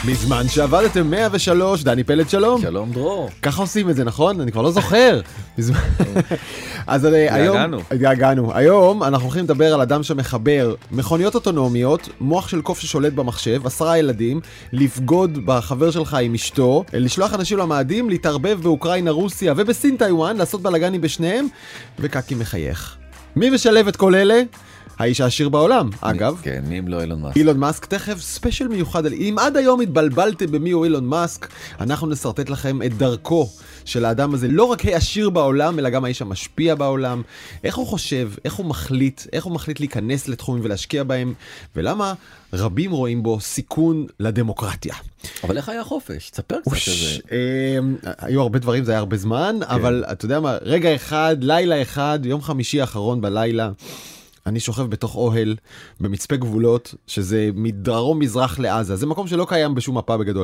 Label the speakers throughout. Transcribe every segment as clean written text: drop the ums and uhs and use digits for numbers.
Speaker 1: בזמן שעבדתם 103, דני פלד, שלום.
Speaker 2: שלום דרור.
Speaker 1: ככה עושים את זה, נכון? אני כבר לא זוכר. אז היום, הגענו. היום אנחנו הולכים לדבר על אדם שמחבר מכוניות אוטונומיות, מוח של קוף ששולט במחשב, 10 ילדים, לפגוד בחבר שלך עם אשתו, לשלוח אנשים למאדים, להתערבב באוקראינה, רוסיה ובסין טיואן, לעשות בלגנים בשניהם, וקקי מחייך. מי משלב את כל אלה? האיש העשיר בעולם, אגב.
Speaker 2: כן, מי אם לא אילון מאסק?
Speaker 1: אילון מאסק, תכף ספיישל מיוחד. אם עד היום התבלבלתם במי הוא אילון מאסק, אנחנו נסרטט לכם את דרכו של האדם הזה, לא רק העשיר בעולם, אלא גם האיש המשפיע בעולם. איך הוא חושב, איך הוא מחליט להיכנס לתחומים ולהשקיע בהם, ולמה רבים רואים בו סיכון לדמוקרטיה.
Speaker 2: אבל איך היה חופש? תספר קצת את זה.
Speaker 1: היו הרבה דברים, זה היה הרבה זמן, אבל אתה יודע מה, רגע אחד, לילה אחד, יום חמישי האחרון בלילה, אני שוכב בתוך אוהל במצפה גבולות, שזה מדרום מזרח לעזה. זה מקום שלא קיים בשום מפה בגדול.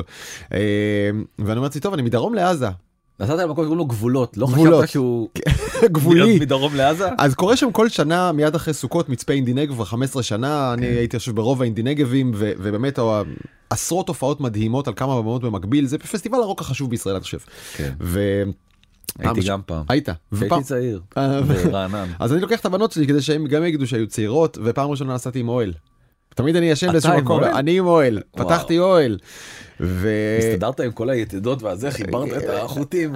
Speaker 1: ואני אומרת לי, טוב, אני מדרום לעזה.
Speaker 2: נסעת למקום שקוראים לו גבולות. לא חשבת שהוא
Speaker 1: גבולי.
Speaker 2: מדרום לעזה?
Speaker 1: אז קורה שם כל שנה, מיד אחרי סוכות, מצפה אינדינגב, כבר 15 שנה, אני הייתי יושב ברוב האינדינגבים, ובאמת עשרות הופעות מדהימות על כמה במאות במקביל. זה פסטיבל הרוק החשוב בישראל, אני חושב.
Speaker 2: כן. הייתי גם פעם.
Speaker 1: היית.
Speaker 2: הייתי צעיר, ברענן.
Speaker 1: אז אני לוקח את הבנות שלי כדי שהם גם יגידו שהיו צעירות, ופעם ראשונה נסעתי עם אוהל. תמיד אני ישן באיזשהו מקום. אני עם אוהל. פתחתי אוהל.
Speaker 2: הסתדרת עם כל היתדות והזה, חיברת את החוטים.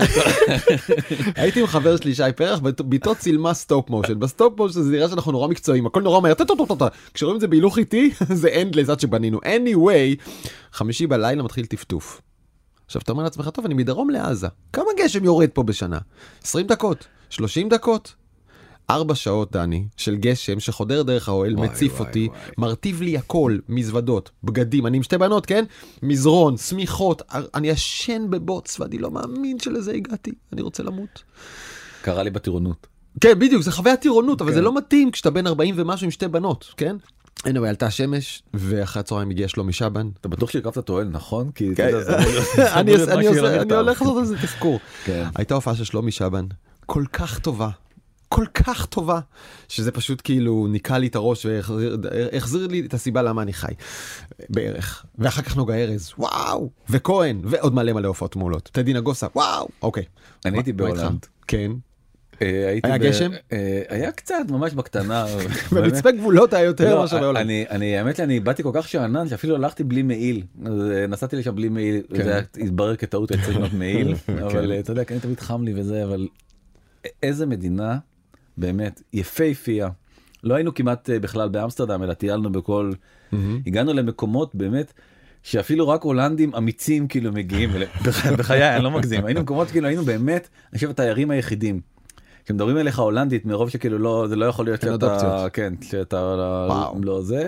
Speaker 1: הייתי עם חבר שלי שי פרח, ביתו צילמה סטופ מושן. בסטופ מושן זה נראה שאנחנו נורא מקצועיים, הכל נורא מהר. כשרואים את זה בהילוך איתי, זה אנדלס עד שבנינו. anyway, חמישי בלילה מתחיל טפטוף. עכשיו אתה אומר לעצמך, טוב, אני מדרום לעזה. כמה גשם יורד פה בשנה? 20 דקות? 30 דקות? 4 שעות, דני, של גשם שחודר דרך האוהל, מציף אותי, מרטיב לי הכל, מזוודות, בגדים, אני עם 2 בנות, כן? מזרון, סמיכות, אני ישן בבוץ, ואני לא מאמין שלזה הגעתי, אני רוצה למות.
Speaker 2: קרה לי בטירונות.
Speaker 1: כן, בדיוק, זה חוויה טירונות, אבל זה לא מתאים כשאתה בן 40 ומשהו עם 2 בנות, כן? anyway, עלתה השמש, ואחרי הצהריים הגיע שלומי שבן.
Speaker 2: אתה בטוח שהרכבת את האוהל, נכון?
Speaker 1: אני הולך לעשות על זה תחקור. הייתה הופעה של שלומי שבן, כל כך טובה, שזה פשוט כאילו ניקה לי את הראש, והחזיר לי את הסיבה למה אני חי, בערך. ואחר כך נוגה ארז, וואו, וכהן, ועוד מלא הופעות מעולות. טדי נגוסה, וואו, אוקיי.
Speaker 2: אני הייתי בהולנד.
Speaker 1: כן.
Speaker 2: היה
Speaker 1: גשם?
Speaker 2: היה קצת, ממש בקטנה.
Speaker 1: במצפה גבולות היה יותר משהו בהולנד.
Speaker 2: האמת לי, אני באתי כל כך שענן, שאפילו הלכתי בלי מעיל. נסעתי לשם בלי מעיל, זה התברר כטעות, הייתי צריך לקנות מעיל, אבל אתה יודע, אני תמיד חם לי וזה, אבל איזה מדינה, באמת, יפהפייה. לא היינו כמעט בכלל באמסטרדם, אלא טיילנו בכל, הגענו למקומות באמת, שאפילו רק הולנדים אמיצים כאילו מגיעים, בחיי, אני לא מגזים, היינו מקומות כאילו, היינו באמת, אני חושב, התיירים היחידים. כשמדברים אליך הולנדית, מרוב שכאילו לא, זה לא יכול להיות שאתה, כן, שאתה לא זה.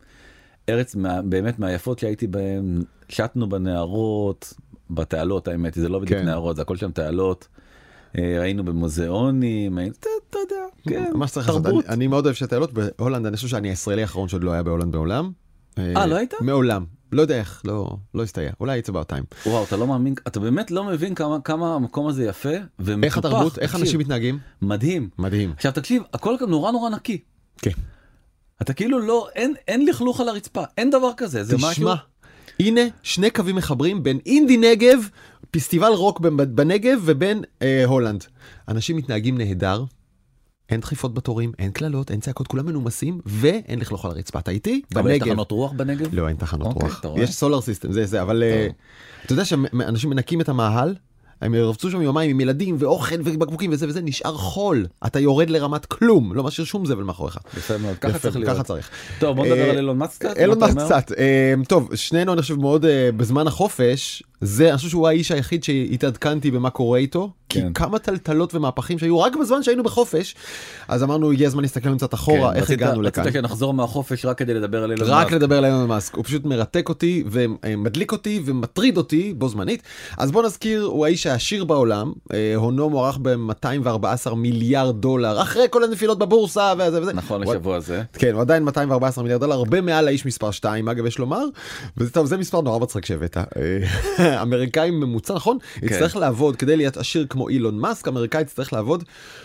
Speaker 2: ארץ באמת מהיפות שהייתי בהם, שטנו בנערות, בתעלות, האמת, זה לא בדיוק נערות, זה הכל שם תעלות. היינו במוזיאונים, אתה יודע, כן,
Speaker 1: תרבות. אני מאוד אוהב שתעלות בהולנד, אני חושב שאני הישראלי האחרון שעוד לא היה בהולנד בעולם.
Speaker 2: לא היית?
Speaker 1: מעולם. לא יודע איך, לא הסתייע. אולי יצא באותיים.
Speaker 2: וואו, אתה לא מאמין, אתה באמת לא מבין כמה המקום הזה יפה ומטופח.
Speaker 1: איך התרבות, איך אנשים מתנהגים?
Speaker 2: מדהים.
Speaker 1: מדהים.
Speaker 2: עכשיו תקשיב, הכל כאן נורא נקי.
Speaker 1: כן.
Speaker 2: אתה כאילו לא, אין לכלוך על הרצפה, אין דבר כזה, זה משהו.
Speaker 1: תשמע, הנה 2 קווים מחברים בין אינדי נגב, פסטיבל רוק בנגב ובין הולנד. אנשים מתנהגים נהדר. אין דחיפות בתורים, אין כללות, אין צעקות, כולם מנומסים, ואין לכלוך על הרצפה. אתה איתי?
Speaker 2: אבל יש תחנות רוח בנגב?
Speaker 1: לא, אין תחנות רוח. יש סולר סיסטם, זה, אבל אתה יודע שאנשים מנקים את המאהל, הם רבצו שם יומיים עם ילדים ואוכל ובקבוקים וזה, נשאר חול. אתה יורד לרמת כלום, לא משאיר שום זבל מאחוריך.
Speaker 2: יפה מאוד, ככה צריך להיות.
Speaker 1: ככה צריך.
Speaker 2: טוב, בוא נדבר על אילון מאסק קצת.
Speaker 1: אילון מאסק קצת. טוב, שנינו אני חושב מאוד בזמן החופש, אני חושב שהוא האיש היחיד שהתעדכנתי במה קורה איתו, כי כמה טלטלות ומהפכים שהיו רק בזמן שהיינו בחופש, אז אמרנו, הגיע הזמן להסתכל קצת אחורה, איך הגענו לכאן.
Speaker 2: רצית שנחזור מהחופש רק כדי לדבר על אילון מאסק.
Speaker 1: רק לדבר על אילון מאסק, הוא פשוט מרתק אותי ומדליק אותי ומטריד אותי בו זמנית. אז בוא נזכיר, הוא האיש העשיר בעולם, הונו מוערך ב-$214 מיליארד, אחרי כל הנפילות בבורסה וזה.
Speaker 2: נכון, לשבוע הזה.
Speaker 1: כן, הוא עדיין $214 מיליארד, הרבה מעל האיש מספר 2, אגב יש לומר, וזה מספר נורא מצחיק שהבאת. אמריקאים ממוצע, נכון? יצטרך לעבוד כדי להיות עשיר כמו אילון מאסק, אמריקאי יצטרך לעבוד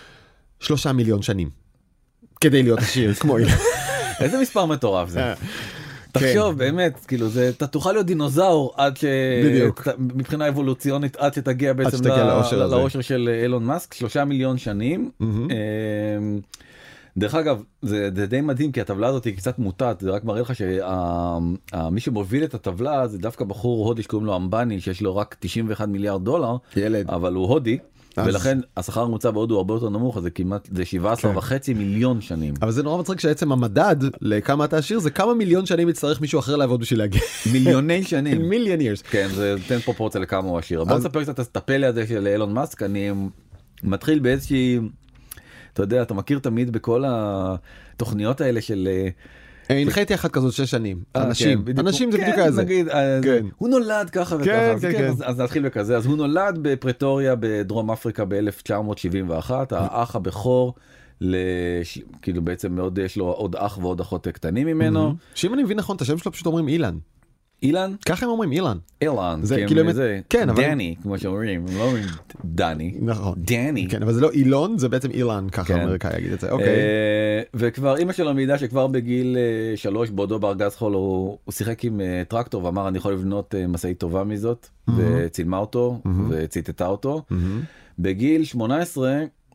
Speaker 1: 3 מיליון שנים כדי להיות עשיר כמו אילון.
Speaker 2: איזה מספר מטורף זה. תחשוב, באמת, כאילו, אתה תוכל להיות דינוזאור עד מבחינה אבולוציונית, עד שתגיע בעצם לאושר של אילון מאסק, 3 מיליון שנים. דרך אגב, זה די מדהים, כי הטבלה הזאת היא קצת מוטט, זה רק מראה לך שמי שמוביל את הטבלה זה דווקא בחור הודי שקוראים לו אמבני, שיש לו רק 91 מיליארד דולר, אבל הוא הודי. ולכן השכר הממוצע בהודו הרבה יותר נמוך, אז זה כמעט, זה 17.5 מיליון שנים.
Speaker 1: אבל זה נורא מצחיק שעצם המדד לכמה אתה עשיר, זה כמה מיליון שנים יצטרך מישהו אחר לעבוד בשביל להגיע.
Speaker 2: מיליוני שנים.
Speaker 1: מיליון years.
Speaker 2: כן, זה נותן פרופורציה לכמה הוא עשיר. בוא נספר קצת את הפלא הזה של אילון מאסק, אני מתחיל באיזושהי, אתה יודע, אתה מכיר תמיד בכל התוכניות האלה של...
Speaker 1: הנחיתי אחת כזאת 6 שנים. אנשים זה בדיוק הזה.
Speaker 2: הוא נולד ככה וככה, אז נתחיל בכזה. אז הוא נולד בפרטוריה בדרום אפריקה ב-1971, האח הבכור, כאילו בעצם יש לו עוד אח ועוד אחות קטנים ממנו.
Speaker 1: שאם אני מבין נכון, את השם שלו פשוט אומרים אילן.
Speaker 2: אילן?
Speaker 1: ככה הם אומרים אילן.
Speaker 2: אילן,
Speaker 1: כן, אבל...
Speaker 2: דני, כמו שאומרים, הם לא אומרים דני.
Speaker 1: נכון.
Speaker 2: דני.
Speaker 1: כן, אבל זה לא אילון, זה בעצם אילן, ככה האמריקאי יגיד את זה, אוקיי.
Speaker 2: וכבר אמא שלו מידע שכבר בגיל 3, בעודו בארגז חול, הוא שיחק עם טרקטור ואמר, אני יכול לבנות משאית טובה מזאת, וצילמה אותו, וציטטה אותו. בגיל 18,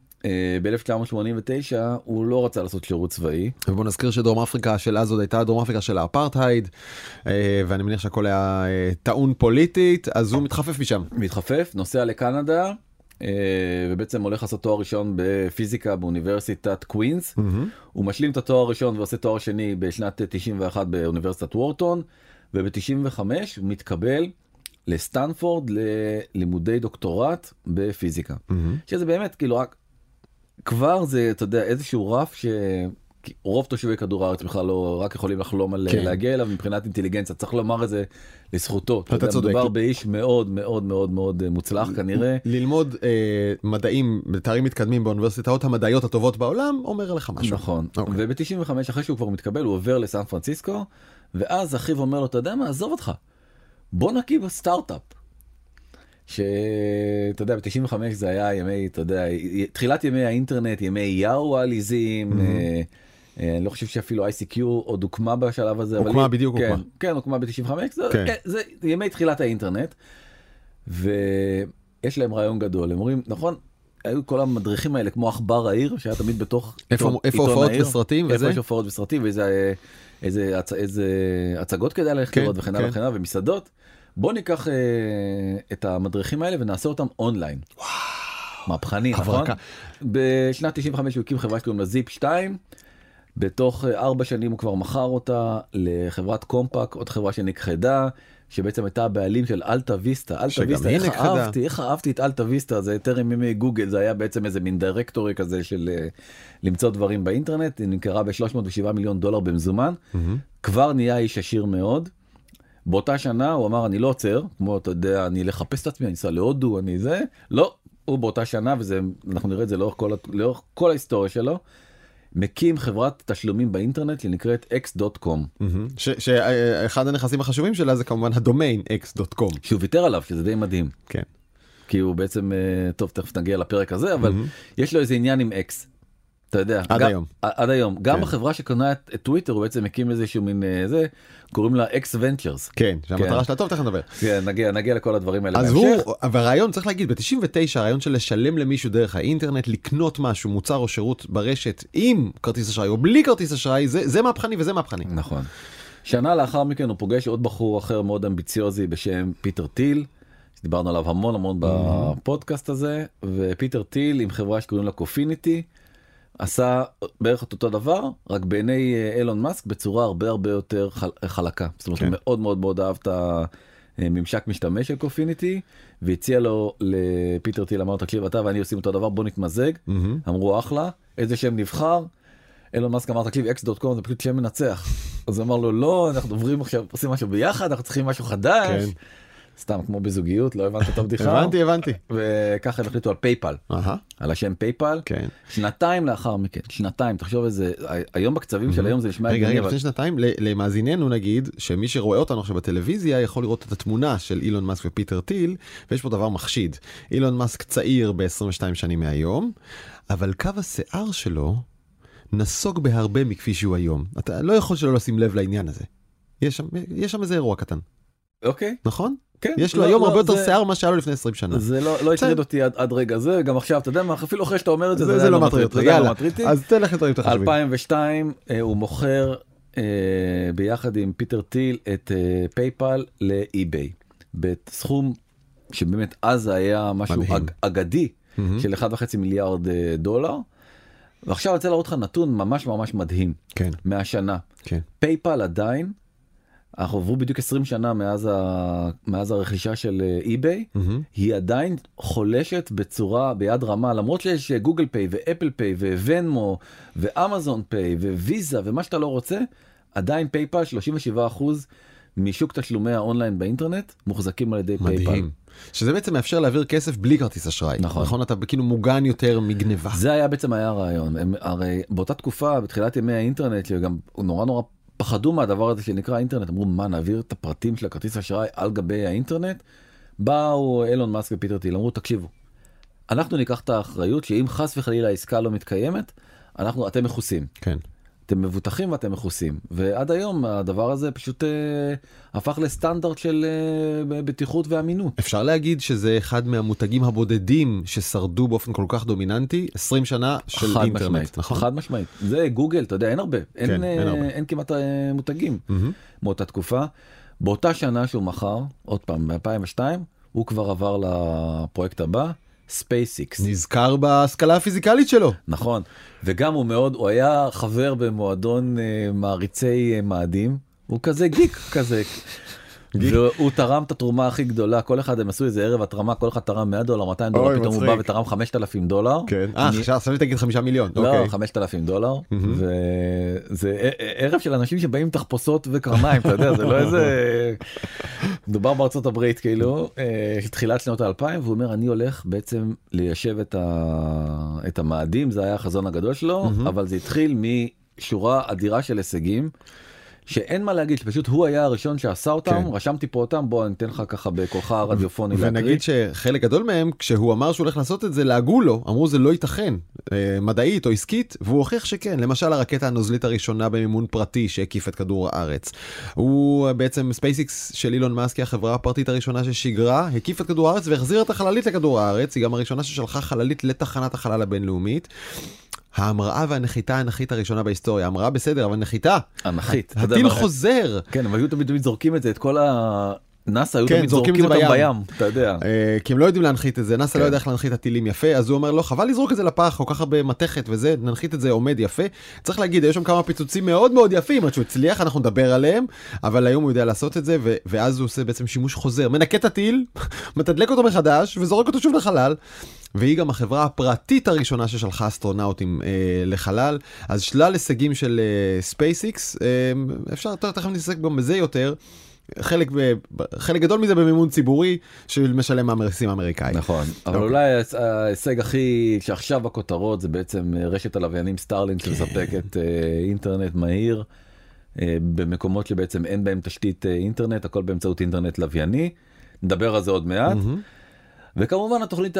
Speaker 2: ב-1989 הוא לא רצה לעשות שירות צבאי.
Speaker 1: ובוא נזכיר שדרום אפריקה של אז עוד הייתה דרום אפריקה של האפרטהייד, ואני מניח שהכל היה טעון פוליטית, אז הוא מתחפף משם.
Speaker 2: מתחפף, נוסע לקנדה, ובעצם הולך לעשות תואר ראשון בפיזיקה באוניברסיטת קווינס. הוא משלים את התואר הראשון ועושה תואר שני בשנת 91 באוניברסיטת וורטון, וב-95 הוא מתקבל לסטנפורד ללימודי דוקטורט בפיזיקה. שזה באמת כאילו רק כבר זה, אתה יודע, איזשהו רף שרוב תושבי כדור הארץ בכלל לא רק יכולים לחלום על להגיע אליו מבחינת אינטליגנציה, צריך לומר את זה לזכותו. אתה צודק. מדובר באיש מאוד מאוד מאוד מאוד מוצלח כנראה.
Speaker 1: ללמוד מדעים בתארים מתקדמים באוניברסיטאות המדעיות הטובות בעולם, אומר לך משהו.
Speaker 2: נכון. וב-95 אחרי שהוא כבר מתקבל, הוא עובר לסן פרנסיסקו, ואז אחיו אומר לו, אתה יודע מה, עזוב אותך, בוא נקים סטארט-אפ. שאתה יודע, ב-95 זה היה ימי, אתה יודע, תחילת ימי האינטרנט, ימי יאו העליזים, אני לא חושב שאפילו ICQ עוד הוקמה בשלב הזה.
Speaker 1: הוקמה בדיוק, הוקמה.
Speaker 2: כן, הוקמה ב-95, זה ימי תחילת האינטרנט, ויש להם רעיון גדול, הם אומרים, נכון, היו כל המדריכים האלה כמו עכבר העיר, שהיה תמיד בתוך
Speaker 1: איפה הופעות וסרטים,
Speaker 2: איפה יש הופעות וסרטים, ואיזה הצגות כדאי ללכת לראות וכן הלאה וכן הלאה, ומסעדות. בוא ניקח את המדריכים האלה ונעשה אותם אונליין.
Speaker 1: וואו.
Speaker 2: מהפכני, נכון? בשנת 95 הוא הקים חברה שקוראים לה זיפ 2, בתוך 4 שנים הוא כבר מכר אותה לחברת קומפק, עוד חברה שנכחדה, שבעצם הייתה הבעלים של אלטה ויסטה. אלטה ויסטה, איך אהבתי את אלטה ויסטה, זה יותר ימי גוגל, זה היה בעצם איזה מין דירקטורי כזה של למצוא דברים באינטרנט, היא נמכרה ב$307 מיליון במזומן, כבר נהיה איש עשיר מאוד. באותה שנה הוא אמר, אני לא עוצר, כמו אתה יודע, אני לחפש את עצמי, אני אסע להודו, אני זה, לא, הוא באותה שנה, ואנחנו נראה את זה לאורך כל ההיסטוריה שלו, מקים חברת תשלומים באינטרנט שנקראת x.com.
Speaker 1: שאחד הנכסים החשובים שלה זה כמובן הדומיין x.com.
Speaker 2: שהוא ויתר עליו, שזה די מדהים.
Speaker 1: כן.
Speaker 2: כי הוא בעצם, טוב, תכף נגיע לפרק הזה, אבל יש לו איזה עניין עם x. אתה יודע, עד היום. גם החברה שקונה את טוויטר, הוא בעצם מקים איזשהו מין זה, קוראים לה X Ventures.
Speaker 1: כן, שהמטרה שלה טוב, תכף נדבר.
Speaker 2: כן, נגיע לכל הדברים האלה
Speaker 1: בהמשך. אז והרעיון, צריך להגיד, ב-99, הרעיון של לשלם למישהו דרך האינטרנט, לקנות משהו, מוצר או שירות ברשת, עם כרטיס אשראי או בלי כרטיס אשראי, זה מהפכני וזה מהפכני.
Speaker 2: נכון. שנה לאחר מכן הוא פוגש עוד בחור אחר מאוד אמביציוזי בשם פיטר טיל, שדיברנו עליו המון בפודקאסט הזה, ופיטר טיל עם חברה שקוראים לה קופיניטי, עשה בערך את אותו דבר, רק בעיני אילון מאסק בצורה הרבה יותר חלקה. זאת אומרת, הוא מאוד מאוד מאוד אהב את הממשק משתמש של קופיניטי, והציע לו לפיטר טיל, אמר, תקשיב, אתה ואני עושים אותו דבר, בוא נתמזג. אמרו, אחלה, איזה שם נבחר? אילון מאסק אמר, תקשיב, x.com זה פשוט שם מנצח. אז הוא אמר לו, לא, אנחנו עוברים עכשיו, עושים משהו ביחד, אנחנו צריכים משהו חדש. סתם כמו בזוגיות, לא הבנת את הבדיחה.
Speaker 1: הבנתי.
Speaker 2: וככה הם החליטו על פייפל, על השם פייפל. שנתיים לאחר מכן, תחשוב איזה, היום בקצבים של היום זה נשמע...
Speaker 1: רגע, לפני שנתיים, למאזיננו נגיד, שמי שרואה אותנו עכשיו בטלוויזיה, יכול לראות את התמונה של אילון מאסק ופיטר טיל, ויש פה דבר מחשיד. אילון מאסק צעיר ב-22 שנים מהיום, אבל קו השיער שלו נסוג בהרבה מכפי שהוא היום. אתה לא יכול שלא לשים לב לעניין הזה. יש שם איזה אירוע קטן.
Speaker 2: אוקיי.
Speaker 1: נכון?
Speaker 2: כן.
Speaker 1: יש לו היום הרבה יותר שיער מה שהיה לו לפני 20 שנה.
Speaker 2: זה לא הטריד אותי עד רגע זה, גם עכשיו, אתה יודע מה, אפילו אחרי שאתה אומר את זה,
Speaker 1: זה לא מטריד אותי, יאללה. אז תן לך את דברים תחשבים.
Speaker 2: 2002 הוא מוכר ביחד עם פיטר טיל את פייפל לאי-ביי, בסכום שבאמת אז היה משהו אגדי של 1.5 מיליארד דולר, ועכשיו אני רוצה להראות לך נתון ממש ממש מדהים מהשנה. פייפל עדיין, אנחנו עברו בדיוק 20 שנה מאז הרכישה של אי-ביי, היא עדיין חולשת ביד רמה, למרות שיש גוגל פיי ואפל פיי וונמו ואמזון פיי וויזה ומה שאתה לא רוצה, עדיין פייפל 37% משוק תשלומי האונליין באינטרנט מוחזקים על ידי פייפל. מדהים.
Speaker 1: שזה בעצם מאפשר להעביר כסף בלי כרטיס אשראי. נכון, אתה כאילו מוגן יותר מגניבה.
Speaker 2: זה היה בעצם הרעיון. הרי באותה תקופה, בתחילת ימי האינטרנט, שגם נורא פחדו מהדבר הזה שנקרא אינטרנט, אמרו, מה, נעביר את הפרטים של הכרטיס אשראי על גבי האינטרנט? באו אילון מאסק ופיטר טיל, אמרו, תקשיבו, אנחנו ניקח את האחריות שאם חס וחלילה העסקה לא מתקיימת, אתם מכוסים.
Speaker 1: כן.
Speaker 2: אתם מבוטחים ואתם מכוסים. ועד היום הדבר הזה פשוט הפך לסטנדרט של בטיחות ואמינות.
Speaker 1: אפשר להגיד שזה אחד מהמותגים הבודדים ששרדו באופן כל כך דומיננטי, 20 שנה של אינטרנט. נכון?
Speaker 2: חד משמעית. זה גוגל, אתה יודע, אין הרבה. אין כמעט מותגים מאותה תקופה. באותה שנה שהוא מכר, עוד פעם, ב-2002, הוא כבר עבר לפרויקט הבא, SpaceX.
Speaker 1: נזכר בהשכלה הפיזיקלית שלו.
Speaker 2: נכון. וגם הוא היה חבר במועדון מעריצי מאדים. הוא כזה גיק כזה. והוא תרם את התרומה הכי גדולה. כל אחד הם עשו איזה ערב התרמה, כל אחד תרם $100, $200, פתאום הוא בא ותרם $5,000.
Speaker 1: כן. עכשיו תגיד 5 מיליון.
Speaker 2: לא, $5,000. וזה ערב של אנשים שבאים תחפושות וקרניים, אתה יודע, זה לא איזה... מדובר בארצות הברית, כאילו, תחילת שנות ה-2000, והוא אומר, אני הולך בעצם ליישב את המאדים, זה היה החזון הגדול שלו, אבל זה התחיל משורה אדירה של הישגים, שאין מה להגיד, פשוט הוא היה הראשון שעשה אותם, רשמתי פה אותם, בוא ניתן לך ככה בכוחך הרדיופוני להקריא.
Speaker 1: ונגיד שחלק גדול מהם, כשהוא אמר שהוא הולך לעשות את זה, לעגו לו, אמרו זה לא ייתכן, מדעית או עסקית, והוא הוכיח שכן, למשל הרקטה הנוזלית הראשונה במימון פרטי שהקיף את כדור הארץ. הוא בעצם ספייסיקס של אילון מאסק, החברה הפרטית הראשונה ששיגרה, הקיף את כדור הארץ והחזיר את החללית לכדור הארץ, היא גם הראשונה ששלחה חללית לתחנת החלל הבינלאומית. ההמראה והנחיתה האנכית הראשונה בהיסטוריה. המראה בסדר, אבל נחיתה.
Speaker 2: אנכית.
Speaker 1: הטיל חוזר.
Speaker 2: כן, אבל היו תמיד זורקים את זה, את כל נאסא היו תמיד זורקים אותם בים, אתה יודע.
Speaker 1: כי הם לא יודעים להנחית את זה, נאסא לא יודע איך להנחית את הטילים יפה, אז הוא אומר, לא, חבל לזרוק את זה לפח, כל כך הרבה מתכת וזה, ננחית את זה עומד יפה. צריך להגיד, יש שם כמה פיצוצים מאוד מאוד יפים, עד שהוא הצליח, אנחנו נדבר עליהם, אבל היום הוא יודע לעשות את זה, ואז הוא עושה בעצם שימוש חוזר, מנקה את הטיל, מתדלק אותו מחדש, וזורק אותו שוב לחלל. והיא גם החברה הפרטית הראשונה ששלחה אסטרונאוטים לחלל, אז שלל הישגים של SpaceX, אפשר תכף נתעסק גם בזה יותר, חלק גדול מזה במימון ציבורי של משלם המרסים האמריקאי.
Speaker 2: נכון, אבל אולי ההישג הכי שעכשיו בכותרות זה בעצם רשת הלוויינים סטארלינק שמספקת אינטרנט מהיר, במקומות שבעצם אין בהם תשתית אינטרנט, הכל באמצעות אינטרנט לווייני, נדבר על זה עוד מעט. וכמובן התוכנית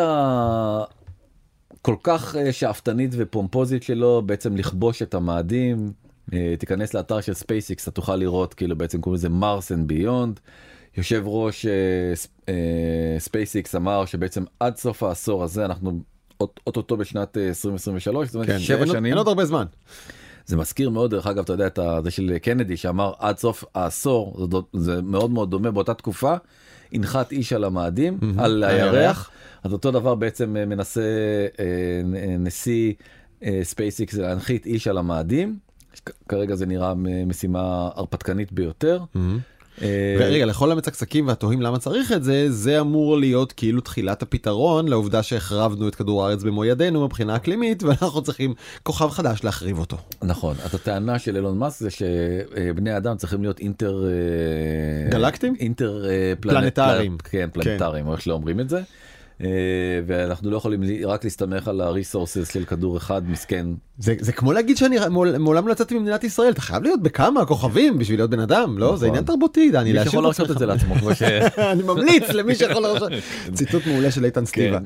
Speaker 2: כל כך שאפתנית ופומפוזית שלו, בעצם לכבוש את המאדים, תיכנס לאתר של SpaceX, אתה תוכל לראות, כאילו בעצם קוראים לזה Mars and Beyond, יושב ראש SpaceX אמר שבעצם עד סוף העשור הזה, אנחנו אוטוטו בשנת 2023, זאת אומרת 7 שנים.
Speaker 1: אין עוד הרבה זמן.
Speaker 2: זה מזכיר מאוד, דרך אגב, אתה יודע, זה של קנדי שאמר עד סוף העשור, זה מאוד מאוד דומה באותה תקופה, הנחת איש על המאדים, על הירח, אז אותו דבר בעצם מנסה נשיא SpaceX להנחית איש על המאדים, כרגע זה נראה משימה הרפתקנית ביותר.
Speaker 1: ורגע, לכל המצקצקים והתוהים למה צריך את זה, זה אמור להיות כאילו תחילת הפתרון לעובדה שהחרבנו את כדור הארץ במו ידינו מבחינה אקלימית, ואנחנו צריכים כוכב חדש להחריב אותו.
Speaker 2: נכון, אז הטענה של אילון מאסק זה שבני אדם צריכים להיות
Speaker 1: גלקטים?
Speaker 2: פלנטריים.
Speaker 1: כן,
Speaker 2: פלנטריים, או איך שלא אומרים את זה. ואנחנו לא יכולים רק להסתמך על הריסורסס של כדור אחד מסכן.
Speaker 1: זה כמו להגיד שאני מעולם לא יצאתי ממדינת ישראל, אתה חייב להיות בכמה כוכבים בשביל להיות בן אדם, לא? זה עניין תרבותי, דני.
Speaker 2: מי שיכול להרשות את זה לעצמו.
Speaker 1: אני ממליץ למי שיכול להרשות. ציטוט מעולה של איתן סטיבה.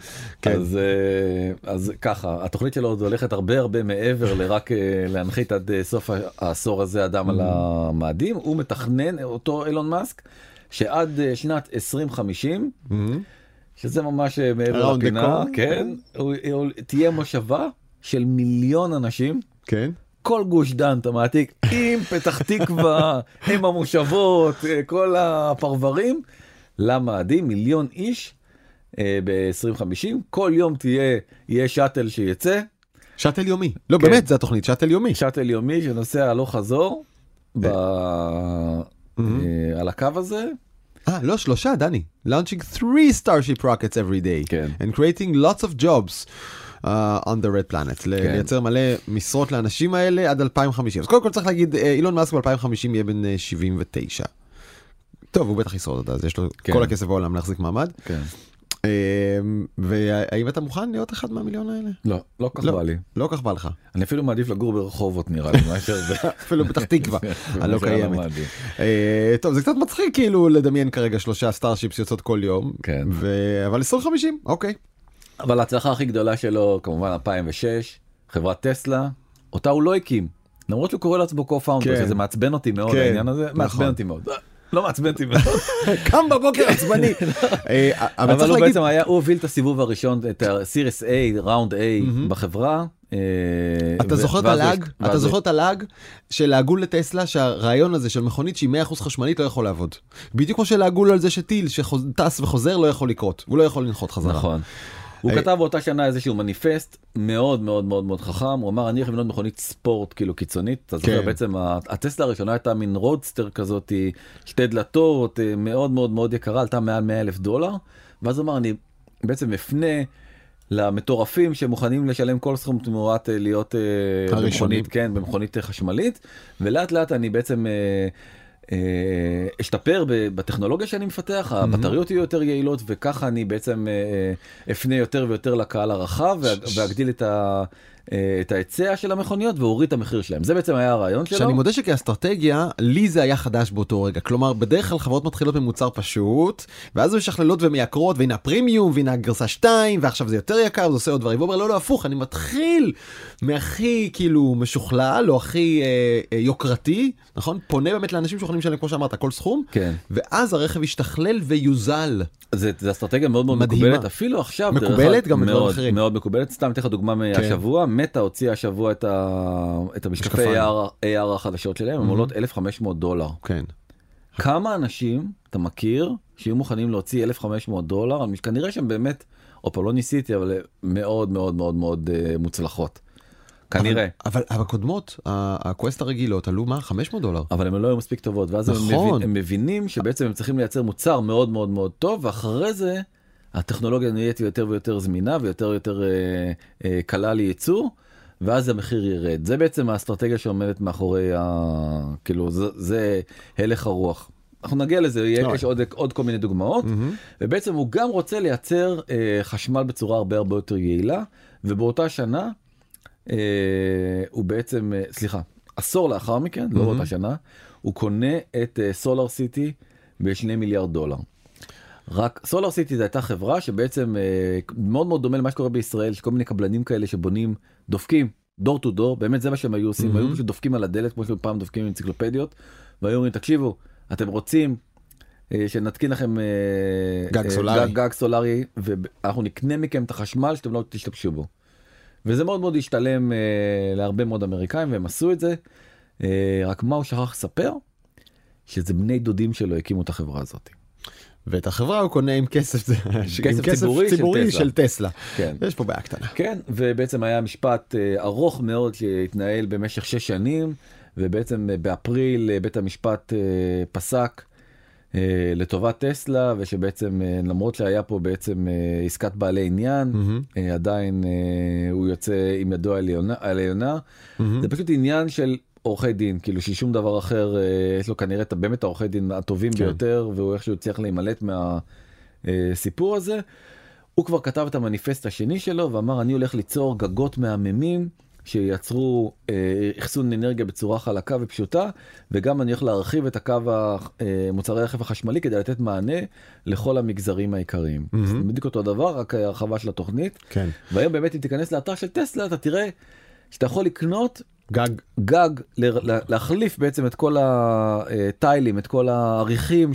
Speaker 2: אז ככה, התוכנית שלו עוד הולכת הרבה מעבר לרק להנחית עד סוף העשור הזה אדם על המאדים. הוא מתכנן, אותו אילון מאסק, שעד שנת 2050, שזה ממש מעבר לפינה, כן, תהיה מושבה של 1,000,000 אנשים,
Speaker 1: כן.
Speaker 2: כל גוש דן, אתה מעתיק, עם פתח תקווה, עם המושבות, כל הפרברים, למאדים, 1,000,000 איש ב-2050, כל יום יהיה שאטל שיצא.
Speaker 1: שאטל יומי, לא באמת, זה התוכנית, שאטל יומי.
Speaker 2: שאטל יומי שנוסע הלוך חזור, על הקו הזה.
Speaker 1: לא, 3, דני. Launching 3 Starship rockets every day.
Speaker 2: כן.
Speaker 1: And creating lots of jobs on the red planet. לייצר מלא משרות לאנשים האלה עד 2050. אז קודם כל צריך להגיד, אילון מאסק ב-2050 יהיה בן 79. טוב, הוא בטח ישרוד אותה, אז יש לו כל הכסף בעולם להחזיק מעמד.
Speaker 2: כן.
Speaker 1: והאם אתה מוכן להיות אחד מה1,000,000 האלה?
Speaker 2: לא כך בא לי.
Speaker 1: לא כך בא לך.
Speaker 2: אני אפילו מעדיף לגור ברחובות נראה לי, מאשר זה.
Speaker 1: אפילו פתח תקווה, הלא קיימת. טוב, זה קצת מצחיק כאילו לדמיין כרגע 3 סטארשיפס יוצאות כל יום, אבל 2050, אוקיי.
Speaker 2: אבל ההצלחה הכי גדולה שלו, כמובן 2006, חברת טסלה, אותה הוא לא הקים. למרות שהוא קורא לעצמו co-founder, שזה מעצבן אותי מאוד העניין הזה, מעצבן אותי מאוד. לא מעצבן אותי מאוד.
Speaker 1: קם בבוקר עצבני.
Speaker 2: אבל הוא בעצם היה, הוא הוביל את הסיבוב הראשון, את ה-Series A, Round A בחברה.
Speaker 1: אתה זוכר את הלאג שלהגו לטסלה שהרעיון הזה של מכונית שהיא 100% חשמלית לא יכול לעבוד. בדיוק כמו שלהגו לו על זה שטיל שטס וחוזר לא יכול לקרות. הוא לא יכול לנחות חזרה.
Speaker 2: נכון. הוא כתב באותה שנה איזשהו מניפסט מאוד מאוד מאוד מאוד חכם, הוא אמר אני הולך לבנות מכונית ספורט כאילו קיצונית, אתה זוכר בעצם הטסלה הראשונה הייתה מין רודסטר כזאת, 2 דלתות, מאוד מאוד מאוד יקרה, עלתה מעל $100,000, ואז הוא אמר אני בעצם מפנה למטורפים שמוכנים לשלם כל סכום תמורת להיות במכונית, כן, במכונית חשמלית, ולאט לאט אני בעצם אשתפר בטכנולוגיה שאני מפתח, הבטריות יהיו יותר יעילות, וככה אני בעצם אפנה יותר ויותר לקהל הרחב, ואגדיל את ההיצע של המכוניות, והוריד את המחיר שלהם. זה בעצם היה הרעיון שלו.
Speaker 1: שאני מודה שכאסטרטגיה, לי זה היה חדש באותו רגע. כלומר, בדרך כלל חברות מתחילות במוצר פשוט, ואז זה משכללות ומייקרות, והנה הפרימיום, והנה הגרסה 2, ועכשיו זה יותר יקר, זה עושה עוד דברים. ואומר, לא, הפוך, אני מתחיל מהכי כאילו משוכלל, או הכי יוקרתי, נכון? פונה באמת לאנשים שיכולים לשלם, כמו שאמרת, כל סכום,
Speaker 2: כן.
Speaker 1: ואז הרכב ישתכלל ויוזל.
Speaker 2: זה אסטרטגיה מאוד מאוד מקובלת, אפילו עכשיו.
Speaker 1: מקובלת גם בדברים אחרים.
Speaker 2: מאוד מקובלת. סתם אתן לך דוגמה מהשבוע, מטא הוציאה השבוע את המשקפי AR החדשות שלהם, הם עולות $1,500.
Speaker 1: כן.
Speaker 2: כמה אנשים אתה מכיר שיהיו מוכנים להוציא $1,500? כנראה שהם באמת, או פה לא ניסיתי, אבל מאוד מאוד מאוד מאוד מוצלחות. כנראה.
Speaker 1: אבל הקודמות, הקווסט הרגילות, עלו מה? $500.
Speaker 2: אבל הם לא היו מספיק טובות, ואז הם מבינים שבעצם הם צריכים לייצר מוצר מאוד מאוד מאוד טוב, ואחרי זה הטכנולוגיה נהיית יותר ויותר זמינה, ויותר ויותר קלה לייצור, ואז המחיר ירד. זה בעצם האסטרטגיה שעומדת מאחורי, כאילו, זה הלך הרוח. אנחנו נגיע לזה, יש עוד כל מיני דוגמאות, ובעצם הוא גם רוצה לייצר חשמל בצורה הרבה הרבה יותר יעילה, ובאותה שנה, הוא בעצם, סליחה, עשור לאחר מכן, לא באותה שנה, הוא קונה את סולר סיטי ב$2 מיליארד. רק סולר סיטי זו הייתה חברה שבעצם מאוד מאוד דומה למה שקורה בישראל, שכל מיני קבלנים כאלה שבונים, דופקים, דור טו דור, באמת זה מה שהם היו עושים, היו פשוט דופקים על הדלת, כמו שפעם דופקים עם אנציקלופדיות, והיו אומרים, תקשיבו, אתם רוצים שנתקין לכם גג סולרי, ואנחנו נקנה מכם את החשמל שאתם לא תשתמשו בו. וזה מאוד מאוד השתלם להרבה מאוד אמריקאים, והם עשו את זה. רק מה הוא שכח לספר? שזה בני דודים שלו הקימו את החברה הזאת.
Speaker 1: ואת החברה הוא קונה עם כסף ציבורי של טסלה. כן. יש פה בעיה קטנה.
Speaker 2: כן, ובעצם היה משפט ארוך מאוד שהתנהל במשך 6 שנים, ובעצם באפריל בית המשפט פסק לטובת טסלה, ושבעצם למרות שהיה פה בעצם עסקת בעלי עניין, עדיין הוא יוצא עם ידו העליונה. זה פשוט עניין של עורכי דין, כאילו ששום דבר אחר, יש לו כנראה באמת העורכי דין הטובים ביותר, והוא איכשהו צריך להימלט מהסיפור הזה. הוא כבר כתב את המניפסט השני שלו ואמר אני הולך ליצור גגות מהממים שייצרו אחסון אנרגיה בצורה חלקה ופשוטה, וגם אני הולך להרחיב את הקו מוצרי הרכב החשמלי כדי לתת מענה לכל המגזרים העיקריים. אז בדיוק אותו דבר, רק הרחבה של התוכנית.
Speaker 1: כן.
Speaker 2: והיום באמת אם תיכנס לאתר של טסלה, אתה תראה שאתה יכול לקנות
Speaker 1: גג,
Speaker 2: להחליף בעצם את כל הטיילים, את כל העריכים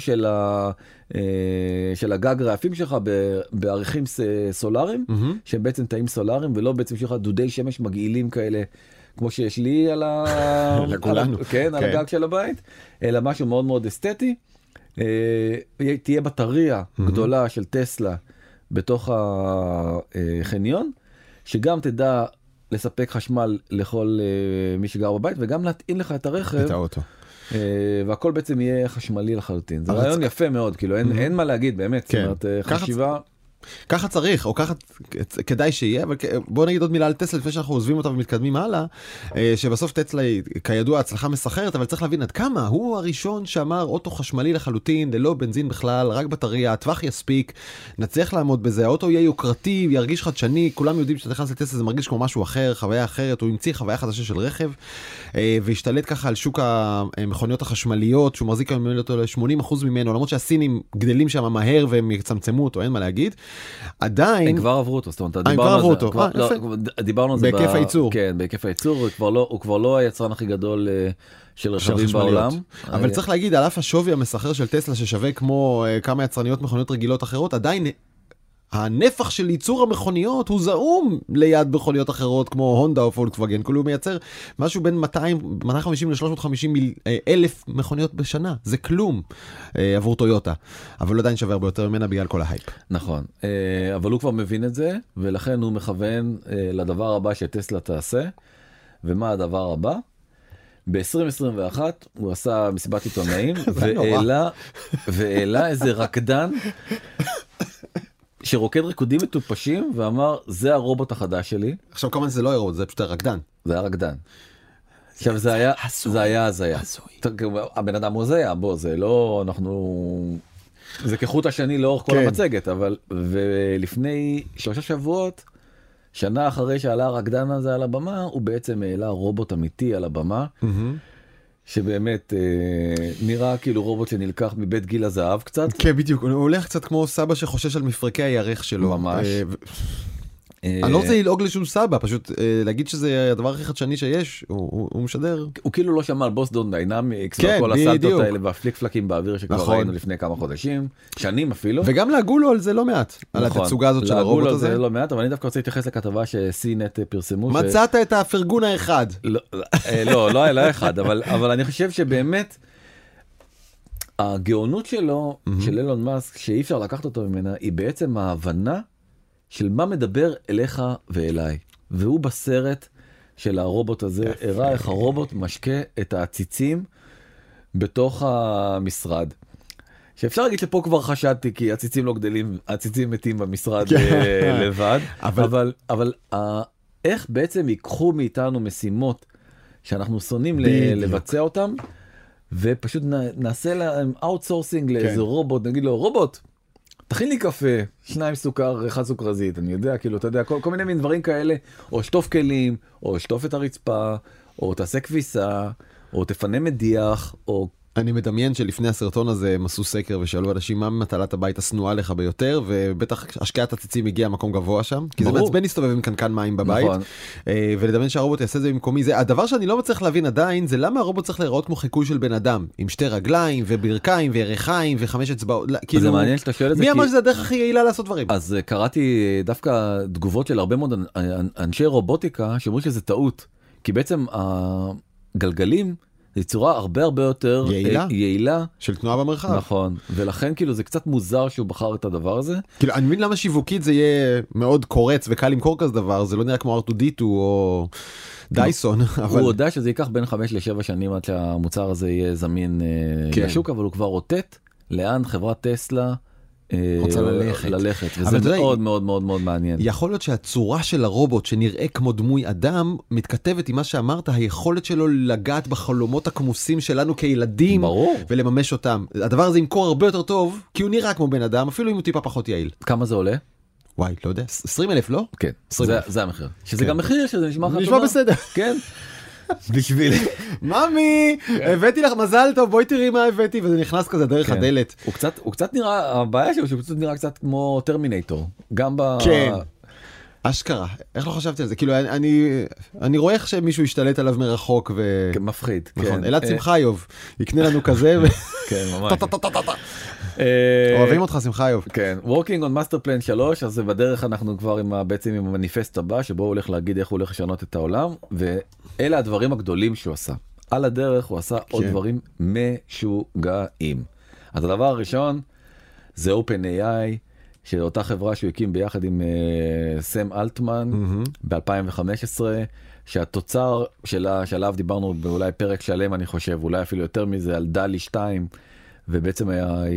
Speaker 2: של הגג רעפים שלך בעריכים סולאריים, שהם בעצם תאים סולאריים, ולא בעצם שלך דודי שמש מגעילים כאלה, כמו שיש לי על הגג של הבית, אלא משהו מאוד מאוד אסתטי. תהיה בטריה גדולה של טסלה בתוך החניון, שגם תדע לספק חשמל לכל מי שגר בבית, וגם להטעין לך את הרכב.
Speaker 1: את האוטו.
Speaker 2: והכל בעצם יהיה חשמלי לחלוטין. זה רעיון יפה מאוד, כאילו אין מה להגיד באמת. זאת אומרת, חשיבה...
Speaker 1: ככה צריך, או ככה כדאי שיהיה, אבל בוא נגיד עוד מילה על טסלה לפני שאנחנו עוזבים אותה ומתקדמים הלאה, שבסוף טסלה היא כידוע הצלחה מסחררת, אבל צריך להבין עד כמה, הוא הראשון שאמר אוטו חשמלי לחלוטין, ללא בנזין בכלל, רק בטריה, הטווח יספיק, נצליח לעמוד בזה, האוטו יהיה יוקרתי, ירגיש חדשני, כולם יודעים שאתה נכנס לטסלה זה מרגיש כמו משהו אחר, חוויה אחרת, הוא המציא חוויה חדשה של רכב, והשתלט ככה על שוק המכוניות החשמליות, שהוא מחזיק אותו ל-80% ממנו, למרות שהסינים גדלים שם מהר והם יצמצמו אותו, אין מה להגיד. עדיין...
Speaker 2: הם כבר עברו אותו, זאת אומרת,
Speaker 1: דיברנו על זה בהיקף הייצור.
Speaker 2: כן, בהיקף הייצור, הוא כבר לא היצרן הכי גדול של רכבים בעולם.
Speaker 1: אבל צריך להגיד, על אף השווי המסחר של טסלה ששווה כמו כמה יצרניות מכוניות רגילות אחרות, עדיין הנפח של ייצור המכוניות הוא זעום ליד מכוניות אחרות כמו הונדה או פולקסווגן, כאילו הוא מייצר משהו בין 250 ל-350 אלף מכוניות בשנה, זה כלום עבור טויוטה, אבל עדיין שווה הרבה יותר ממנה בגלל כל ההייפ.
Speaker 2: נכון, אבל הוא כבר מבין את זה, ולכן הוא מכוון לדבר הבא שטסלה תעשה, ומה הדבר הבא? ב-2021 הוא עשה מסיבת עיתונאים, והעלה איזה רקדן, שרוקד ריקודים מטופשים ואמר זה הרובוט החדש שלי.
Speaker 1: עכשיו כמובן זה לא היה רובוט, זה פשוט הרקדן.
Speaker 2: זה היה רקדן. עכשיו זה היה הזיה. הבן אדם הוא הזיה, בוא זה לא אנחנו זה כחוט השני לאורך כל המצגת, אבל ולפני 3 שבועות, שנה אחרי שעלה הרקדן הזה על הבמה, הוא בעצם העלה רובוט אמיתי על הבמה. שבאמת נראה כאילו רובוט שנלקח מבית גיל הזהב קצת.
Speaker 1: כן, בדיוק. הוא הולך קצת כמו סבא שחושש על מפרקי הירך שלו.
Speaker 2: ממש.
Speaker 1: אני לא רוצה ללעוג לשום סבא, פשוט להגיד שזה הדבר הכי חדשני שיש, הוא משדר.
Speaker 2: הוא כאילו לא שמע על בוסטון דיינמיקס, וכל הסלטות האלה והפליק פלקים באוויר שכבר ראינו לפני כמה חודשים, שנים אפילו.
Speaker 1: וגם להגו לו על זה לא מעט, על התצוגה הזאת של הרובוט הזה.
Speaker 2: להגו לו על זה לא מעט, אבל אני דווקא רוצה להתייחס לכתבה שסי-נט פרסמו.
Speaker 1: מצאת את הפרגון האחד.
Speaker 2: לא היה לה אחד, אבל אני חושב שבאמת, הגאונות שלו, של אילון מאסק, שאי אפשר לקחת אותו ממנה, היא בעצם ההבנה של מה מדבר אליך ואליי. והוא בסרט של הרובוט הזה, הראה איך הרובוט משקה את העציצים בתוך המשרד. שאפשר להגיד שפה כבר חשדתי, כי העציצים לא גדלים, העציצים מתים במשרד לבד. אבל איך בעצם ייקחו מאיתנו משימות שאנחנו שונאים לבצע אותם, ופשוט נעשה להם אאוטסורסינג לאיזה רובוט, נגיד לו, רובוט, תכין לי קפה, 2 סוכר, 1 סוכרזית, אני יודע, כאילו, אתה יודע, כל מיני מין דברים כאלה, או שטוף כלים, או שטוף את הרצפה, או תעשה כביסה, או תפנה מדיח, או...
Speaker 1: אני מדמיין שלפני הסרטון הזה הם עשו סקר ושאלו אנשים מה מטלת הבית השנואה לך ביותר, ובטח השקעת הציצים הגיע מקום גבוה שם, כי זה מעצבן להסתובב עם קנקן מים בבית, ולדמיין שהרובוט יעשה זה במקומי. זה הדבר שאני לא מצליח להבין עדיין, זה למה הרובוט צריך להיראות כמו חיקוי של בן אדם, עם 2 רגליים וברכיים וירכיים ו5 אצבעות.
Speaker 2: זה מעניין שאתה שואל את זה.
Speaker 1: מי אמר שזה הדרך הכי יעילה לעשות דברים?
Speaker 2: אז קראתי דווקא תגובות של הרבה מאוד אנשי רובוטיקה שאומרים שזה טעות, כי בעצם הגלגלים זה צורה הרבה יותר יעילה
Speaker 1: של תנועה במרחב.
Speaker 2: נכון, ולכן כאילו זה קצת מוזר שהוא בחר את הדבר הזה.
Speaker 1: כאילו אני מבין למה שיווקית זה יהיה מאוד קורץ וקל למכור כזה דבר, זה לא נראה כמו R2D2 או דייסון.
Speaker 2: הוא יודע שזה ייקח בין 5 ל7 שנים עד שהמוצר הזה יהיה זמין לשוק, אבל הוא כבר רוטט לאן חברת טסלה
Speaker 1: רוצה
Speaker 2: ללכת, וזה מאוד מאוד מאוד מאוד מעניין.
Speaker 1: יכול להיות שהצורה של הרובוט שנראה כמו דמוי אדם מתכתבת עם מה שאמרת, היכולת שלו לגעת בחלומות הכמוסים שלנו כילדים, ולממש אותם. הדבר הזה ימכור הרבה יותר טוב, כי הוא נראה כמו בן אדם, אפילו אם הוא טיפה פחות יעיל.
Speaker 2: כמה זה עולה?
Speaker 1: וואי, לא יודע, 20,000 לא?
Speaker 2: כן, זה המחיר. שזה גם מחיר שזה נשמע לך טובה.
Speaker 1: נשמע בסדר.
Speaker 2: כן. בשביל...
Speaker 1: ממי, הבאתי לך מזל טוב, בואי תראי מה הבאתי, וזה נכנס כזה דרך הדלת.
Speaker 2: הוא קצת נראה, הבעיה שלו שהוא קצת נראה קצת כמו טרמינטור. גם ב...
Speaker 1: כן. אשכרה, איך לא חשבתי על זה? כאילו, אני רואה איך שמישהו השתלט עליו מרחוק ו...
Speaker 2: מפחיד, כן.
Speaker 1: נכון, אלעד שמחיוב, יקנה לנו כזה ו...
Speaker 2: כן, ממש.
Speaker 1: אוהבים אותך שמחיוב.
Speaker 2: כן, Working on Master Plan 3, אז בדרך אנחנו כבר בעצם עם המניפסט הבא, שבו הוא הולך להגיד איך הוא הולך לשנות את העולם, ואלה הדברים הגדולים שהוא עשה. על הדרך הוא עשה עוד דברים משוגעים. אז הדבר הראשון, זה OpenAI, שאותה חברה שהוא הקים ביחד עם סם אלטמן ב-2015, שהתוצר שלה, שעליו דיברנו באולי פרק שלם אני חושב, אולי אפילו יותר מזה, על דלי 2, ובעצם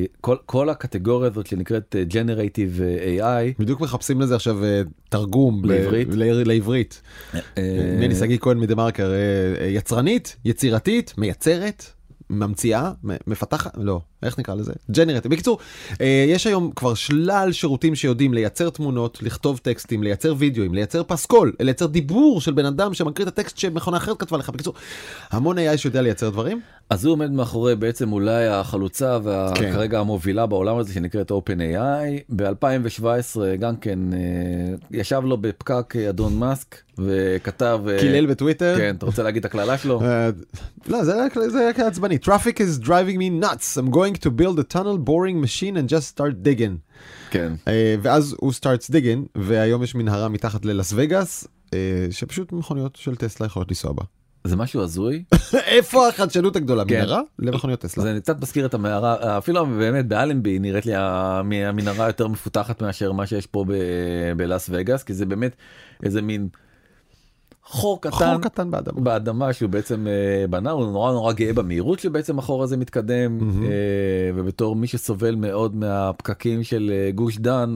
Speaker 2: כל הקטגוריה הזאת שנקראת Generative AI.
Speaker 1: בדיוק מחפשים לזה עכשיו תרגום לעברית. מני שגיא כהן מדה מרקר, יצרנית, יצירתית, מייצרת. ממציאה, מפתחת, לא, איך נקרא לזה? ג'נרטיב. בקיצור, יש היום כבר שלל שירותים שיודעים לייצר תמונות, לכתוב טקסטים, לייצר וידאוים, לייצר פסקול, לייצר דיבור של בן אדם שמקריא את הטקסט שמכונה אחרת כתבה לך. בקיצור, המון AI שיודע לייצר דברים.
Speaker 2: אז הוא עומד מאחורי בעצם אולי החלוצה וכרגע המובילה בעולם הזה שנקראת OpenAI. ב-2017 גם כן ישב לו בפקק אדון מאסק וכתב...
Speaker 1: קילל בטוויטר.
Speaker 2: כן, אתה רוצה להגיד את הכללה שלו?
Speaker 1: לא, זה היה עצבני. Traffic is driving me nuts. I'm going to build a tunnel boring machine and just start digging.
Speaker 2: כן.
Speaker 1: ואז הוא starts digging, והיום יש מנהרה מתחת ללס וגאס, שפשוט מכוניות של טסלה יכולות לנסוע בה.
Speaker 2: זה משהו הזוי.
Speaker 1: איפה החדשנות הגדולה? מנהרה למכוניות טסלה.
Speaker 2: זה קצת מזכיר את המנהרה, אפילו באמת באלנבי נראית לי המנהרה יותר מפותחת מאשר מה שיש פה בלאס וגאס, כי זה באמת איזה מין חור קטן באדמה שהוא בעצם בנה. הוא נורא נורא גאה במהירות שבעצם החור הזה מתקדם, ובתור מי שסובל מאוד מהפקקים של גוש דן,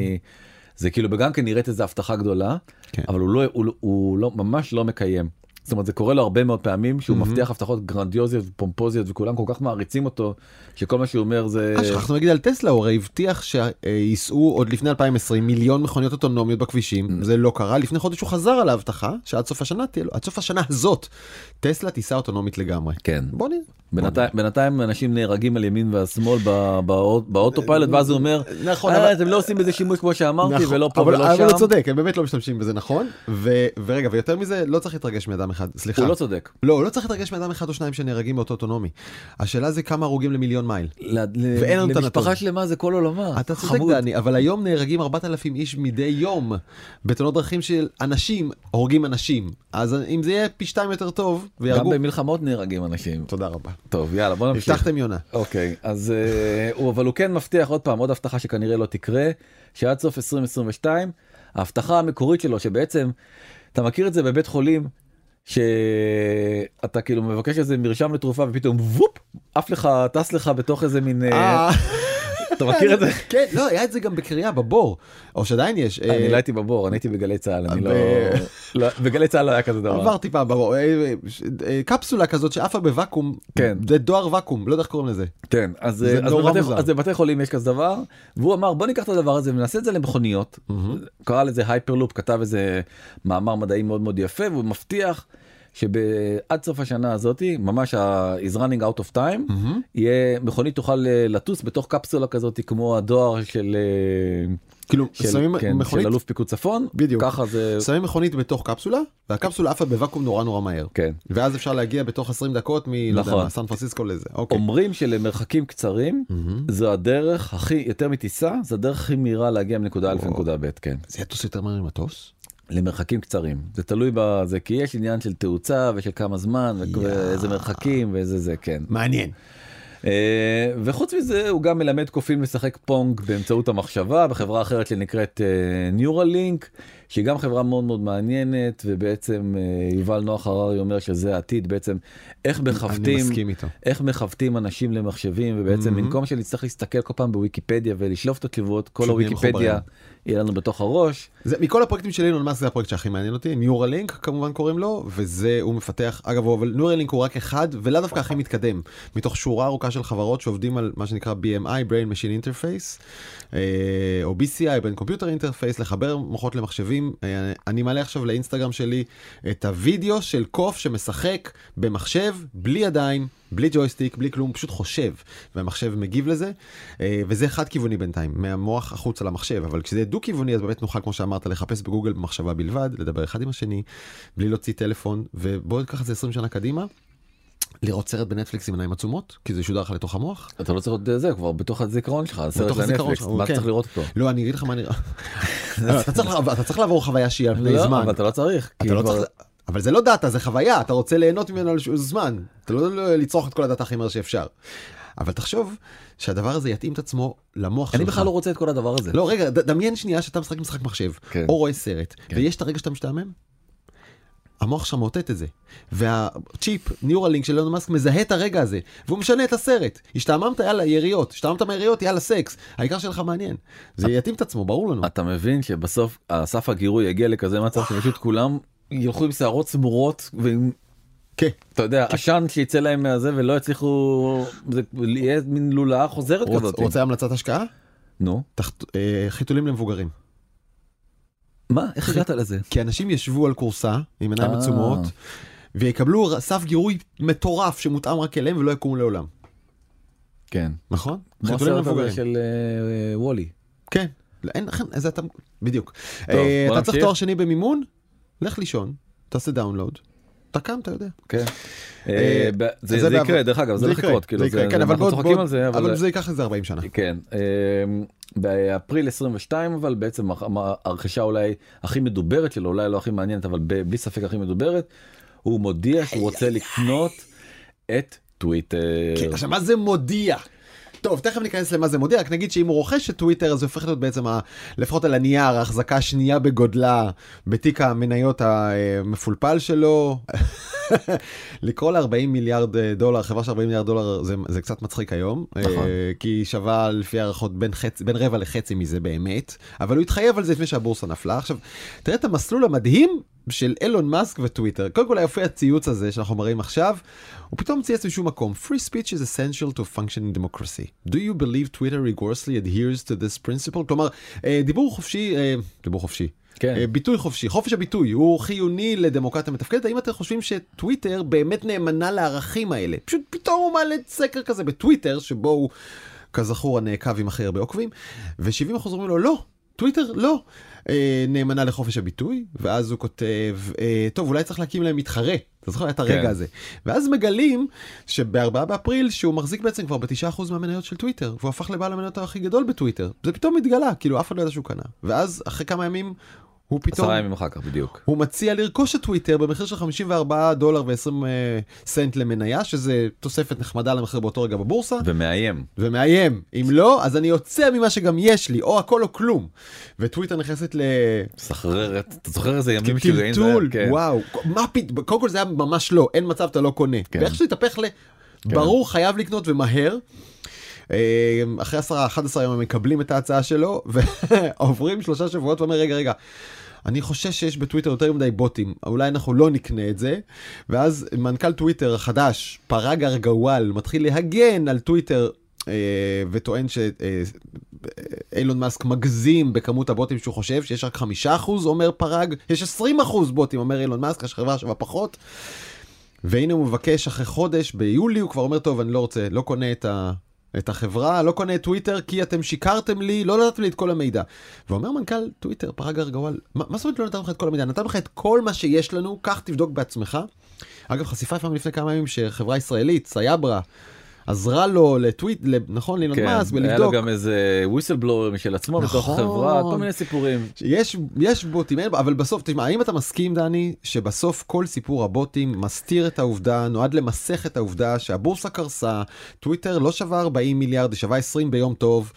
Speaker 2: זה כאילו בגם כן נראית איזו הבטחה גדולה, אבל הוא ממש לא מקיים. זאת אומרת, זה קורה לו הרבה מאוד פעמים שהוא מבטיח הבטחות גרנדיוזיות ופומפוזיות, וכולם כל כך מעריצים אותו, שכל מה שהוא אומר זה...
Speaker 1: שכחנו להגיד על טסלה, הוא הרי הבטיח שייסעו עוד לפני 2020 מיליון מכוניות אוטונומיות בכבישים, זה לא קרה. לפני חודש הוא חזר על ההבטחה, שעד סוף השנה תהיה לו, עד סוף השנה הזאת, טסלה תיסע אוטונומית לגמרי.
Speaker 2: כן.
Speaker 1: בוא נראה.
Speaker 2: בינתיים אנשים נהרגים על ימין והשמאל באוטופיילוט, ואז הוא אומר, אתם לא עושים בזה שימוש כמו שאמרתי, ולא פה ולא שם.
Speaker 1: אבל הוא צודק, הם באמת לא משתמשים בזה, נכון? ורגע, ויותר מזה, לא צריך להתרגש מאדם אחד. סליחה.
Speaker 2: הוא לא צודק.
Speaker 1: לא, הוא לא צריך להתרגש מאדם אחד או שניים שנהרגים באותו אוטונומי. השאלה זה כמה הרוגים למיליון מייל. ואין לנו את הנתון.
Speaker 2: למשפחה שלמה זה כל עולמה.
Speaker 1: אתה צודק דני, אבל היום נהרגים 4,000 איש מדי יום בתאונות דרכים של אנשים הורגים אנשים. אז אם זה יהיה פי 2 יותר טוב, וירגו...
Speaker 2: גם במלחמות נהרגים אנשים.
Speaker 1: תודה רבה.
Speaker 2: טוב, יאללה, בוא נמשיך.
Speaker 1: הבטחתם יונה.
Speaker 2: אוקיי, אז אבל הוא כן מבטיח עוד פעם, עוד הבטחה שכנראה לא תקרה, שעד סוף 2022, ההבטחה המקורית שלו, שבעצם, אתה מכיר את זה בבית חולים, שאתה כאילו מבקש איזה מרשם לתרופה ופתאום וופ, אף לך, טס לך בתוך איזה מין... אתה מכיר את זה?
Speaker 1: כן, לא, היה את זה גם בקריאה, בבור, או שעדיין יש.
Speaker 2: אני לא הייתי בבור, אני הייתי בגלי צהל, אני לא... בגלי צהל לא היה כזה דבר.
Speaker 1: עברתי פעם בבור, קפסולה כזאת שעפה בוואקום, זה דואר ואקום, לא יודע איך קוראים לזה.
Speaker 2: כן, אז בבתי חולים יש כזה דבר, והוא אמר בוא ניקח את הדבר הזה ונעשה את זה למכוניות, קרא לזה הייפרלופ, כתב איזה מאמר מדעי מאוד מאוד יפה, והוא מבטיח שעד סוף השנה הזאת, ממש is running out of time, יהיה מכונית תוכל לטוס בתוך קפסולה כזאת, כמו הדואר של...
Speaker 1: כאילו, שמים מכונית...
Speaker 2: של אלוף פיקוד צפון,
Speaker 1: בדיוק.
Speaker 2: ככה זה...
Speaker 1: שמים מכונית בתוך קפסולה, והקפסולה עפה בוואקום נורא נורא מהר.
Speaker 2: כן.
Speaker 1: ואז אפשר להגיע בתוך 20 דקות מסן פרנסיסקו לזה.
Speaker 2: אומרים שלמרחקים קצרים, זו הדרך הכי, יותר מטיסה, זו הדרך הכי מהירה להגיע מנקודה א' לנקודה ב', כן.
Speaker 1: זה יטוס יותר מהר ממטוס?
Speaker 2: למרחקים קצרים. זה תלוי בזה, כי יש עניין של תאוצה ושל כמה זמן, ואיזה מרחקים ואיזה זה, כן.
Speaker 1: מעניין.
Speaker 2: וחוץ מזה הוא גם מלמד קופים לשחק פונג באמצעות המחשבה בחברה אחרת שנקראת Neuralink, שהיא גם חברה מאוד מאוד מעניינת, ובעצם יובל נוח הררי אומר שזה העתיד, בעצם איך מחפתים אנשים למחשבים, ובעצם במקום שנצטרך להסתכל כל פעם בוויקיפדיה ולשלוף את התשובות, כל הוויקיפדיה יהיה לנו בתוך הראש.
Speaker 1: מכל הפרויקטים של אילון מאסק זה הפרויקט שהכי מעניין אותי, ניורלינק כמובן קוראים לו, וזה הוא מפתח, אגב, אבל ניורלינק הוא רק אחד, ולא דווקא הכי מתקדם, מתוך שורה ארוכה של חברות שעובדים על מה שנקרא BMI, Brain Machine Interface, או BCI, Brain Computer Interface, לחבר מוחות למחשבים. אני מעלה עכשיו לאינסטגרם שלי את הוידאו של קוף שמשחק במחשב, בלי ידיים, בלי ג'ויסטיק, בלי כלום, פשוט חושב, והמחשב מגיב לזה, וזה חד כיווני בינתיים, מהמוח החוץ על המחשב, אבל כשזה דו כיווני, אז באמת נוכל, כמו שאמרת, לחפש בגוגל במחשבה בלבד, לדבר אחד עם השני, בלי להוציא טלפון, ובואו ניקח את זה 20 שנה קדימה, לראות סרט בנטפליקס עם עיניים עצומות, כי זה ישודר לך לתוך המוח.
Speaker 2: אתה לא צריך לראות זה, כבר בתוך הזיכרון שלך, סרט בנטפליקס, מה צריך לראות אותו?
Speaker 1: לא, אני אגיד לך מה נראה. אתה צריך לעבור חוויה שהיא על פני זמן.
Speaker 2: לא, אבל אתה לא צריך.
Speaker 1: אבל זה לא דאטה, זה חוויה, אתה רוצה ליהנות ממנו על זמן, אתה לא לצרוך את כל הדאטה הכי מהר שאפשר. אבל תחשוב שהדבר הזה יתאים את עצמו למוח שלך.
Speaker 2: אני בכלל לא רוצה את כל הדבר הזה.
Speaker 1: לא, רגע, דמיין שנייה שאתה משחק מחשב, או רואה סרט, ויש את הרגע שאתה משתעמם, המוח שם מאותת את זה. והצ'יפ, ניורלינק של אילון מאסק, מזהה את הרגע הזה, והוא משנה את הסרט. השתעממת, יאללה, יריות. השתעממת מהיריות, יאללה, סקס. העיקר שלך מעניין. זה יתאים את עצמו, ברור לנו.
Speaker 2: אתה מבין שבסוף הסף הגירוי יגיע לכזה מצב שפשוט כולם ילכו עם שערות צמורות, ועם...
Speaker 1: כן.
Speaker 2: אתה יודע, עשן שיצא להם מהזה, ולא יצליחו... זה יהיה מין לולאה חוזרת כזאת.
Speaker 1: רוצה המלצת השקעה?
Speaker 2: נו.
Speaker 1: חיתולים למבוגרים.
Speaker 2: מה? איך הגעת לזה?
Speaker 1: כי אנשים ישבו על קורסה עם עיניים עצומות, ויקבלו סף גירוי מטורף שמותאם רק אליהם ולא יקומו לעולם.
Speaker 2: כן.
Speaker 1: נכון?
Speaker 2: חיתולים למבוגרים. של וולי.
Speaker 1: כן. אין, אז אתה... בדיוק. אתה צריך תואר שני במימון? לך לישון, תעשה דאונלוד. אתה קם, אתה יודע.
Speaker 2: כן. זה יקרה, דרך אגב, זה לא לקרות. אנחנו צוחקים על זה,
Speaker 1: אבל זה ייקח איזה 40 שנה.
Speaker 2: כן. באפריל 22, אבל בעצם הרכישה אולי הכי מדוברת שלו, אולי לא הכי מעניינת, אבל בלי ספק הכי מדוברת, הוא מודיע שהוא רוצה לקנות את טוויטר.
Speaker 1: כן, עכשיו מה זה מודיע? טוב, תכף ניכנס למה זה מודיע, רק נגיד שאם הוא רוכש את טוויטר, אז זה הופך להיות בעצם, לפחות על הנייר, ההחזקה השנייה בגודלה, בתיק המניות המפולפל שלו. לקרוא ל$40 מיליארד, חברה של $40 מיליארד, זה קצת מצחיק היום, כי היא שווה לפי הערכות בין רבע לחצי מזה באמת, אבל הוא התחייב על זה לפני שהבורסה נפלה. עכשיו, תראה את המסלול המדהים של אילון מאסק וטוויטר. קודם כל היופי הציוץ הזה שאנחנו מראים עכשיו, הוא פתאום צייץ משום מקום. Free speech is essential to functioning democracy. Do you believe Twitter rigorously adheres to this principle? כלומר, דיבור חופשי,
Speaker 2: כן.
Speaker 1: ביטוי חופשי, חופש הביטוי, הוא חיוני לדמוקרטיה מתפקדת. האם אתם חושבים שטוויטר באמת נאמנה לערכים האלה? פשוט פתאום הוא מעלה סקר כזה בטוויטר, שבו הוא, כזכור, הנעקב עם הכי הרבה עוקבים, ו70% אומרים לו, לא, טוויטר לא נאמנה לחופש הביטוי, ואז הוא כותב, טוב, אולי צריך להקים להם מתחרה, אתה זוכר את הרגע הזה. ואז מגלים שב4 באפריל שהוא מחזיק בעצם כבר ב9% מהמניות של טוויטר, והוא הפך לבעל המניות הכי גדול בטוויטר. זה פתאום מתגלה, כאילו אף אחד לא ידע שהוא קנה. ואז אחרי כמה ימים הוא פתאום...
Speaker 2: 10 ימים אחר כך בדיוק.
Speaker 1: הוא מציע לרכוש את טוויטר במחיר של $54.20 למניה, שזה תוספת נחמדה למחיר באותו רגע בבורסה. ומאיים. אם לא, אז אני יוצא ממה שגם יש לי, או הכל או כלום. וטוויטר נכנסת
Speaker 2: סחררת. אתה זוכר איזה ימים
Speaker 1: שגעים זה היה? כן. וואו. קודם כל זה היה ממש לא. אין מצב, אתה לא קונה. כן. ואיך שהתהפך ברור, חייב לקנות ומהר. אחרי 10-11 יום הם מקבלים את ההצעה שלו, ועוברים 3 שבועות ואומר, רגע, אני חושש שיש בטוויטר יותר מדי בוטים, אולי אנחנו לא נקנה את זה, ואז מנכ"ל טוויטר החדש, פראג ארגוואל, מתחיל להגן על טוויטר, וטוען שאילון מאסק מגזים בכמות הבוטים שהוא חושב, שיש רק 5%, אומר פראג, יש 20% בוטים, אומר אילון מאסק, השחברה שווה פחות, והנה הוא מבקש אחרי חודש, ביולי הוא כבר אומר, טוב, אני לא רוצה, לא קונה את החברה, לא קונה את טוויטר, כי אתם שיקרתם לי, לא נתתם לי את כל המידע. ואומר מנכ"ל טוויטר, פראג ארגוואל, מה זאת אומרת לא נתתם לך את כל המידע? נתתם לך את כל מה שיש לנו, כך תבדוק בעצמך. אגב, חשיפה לפעמים לפני כמה ימים שחברה ישראלית, סייברה, עזרה לו לטוויט, נכון, אילון מאסק, ולבדוק.
Speaker 2: היה לו גם איזה וויסלבלואר משל עצמו, בתוך החברה, כל מיני סיפורים.
Speaker 1: יש בוטים, אבל בסוף, תשמע, האם אתה מסכים, דני, שבסוף כל סיפור הבוטים מסתיר את העובדה, נועד למסך את העובדה שהבורסה קרסה, טוויטר לא שווה 40 מיליארד, היא שווה 20 ביום טוב,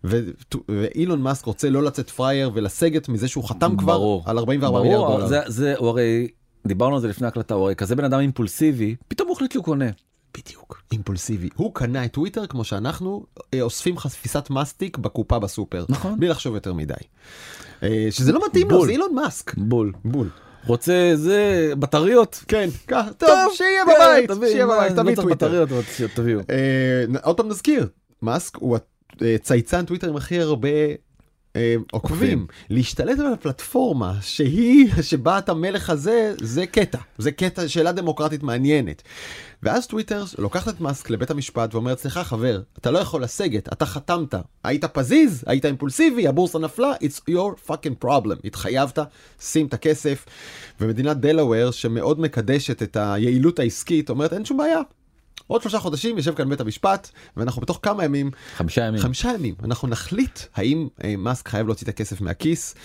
Speaker 1: ואילון מאסק רוצה לא לצאת פרייר ולסגת מזה שהוא חתם כבר על 44 מיליארד דולר.
Speaker 2: הוא הרי, דיברנו על זה לפני הקלטה, הוא הרי כזה בן אדם אימפולסיבי, פתאום הוא החליט שהוא קונה.
Speaker 1: בדיוק, אימפולסיבי. הוא קנה את טוויטר כמו שאנחנו אוספים חפיסת מסטיק בקופה בסופר. נכון. בלי לחשוב יותר מדי. שזה לא מתאים לו, זה אילון מאסק.
Speaker 2: בול. רוצה זה בטריות?
Speaker 1: כן, טוב, שיהיה בבית, תביא טוויטר.
Speaker 2: בטריות, תביאו.
Speaker 1: עוד פעם נזכיר, מאסק הוא צייצן טוויטר עם הכי הרבה עוקבים. להשתלט על הפלטפורמה שבה את המלך הזה, זה קטע, שאלה דמוקרטית מעניינת. ואז טוויטר לוקחת את מאסק לבית המשפט ואומרת, סליחה חבר, אתה לא יכול לסגת, אתה חתמת, היית פזיז, היית אימפולסיבי, הבורסה נפלה, it's your fucking problem, התחייבת, שים את הכסף, ומדינת דלוור שמאוד מקדשת את היעילות העסקית, אומרת, אין שום בעיה. עוד 3 חודשים יושב כאן בית המשפט, ואנחנו בתוך כמה ימים,
Speaker 2: 5 ימים,
Speaker 1: אנחנו נחליט האם מאסק חייב להוציא את הכסף מהכיס,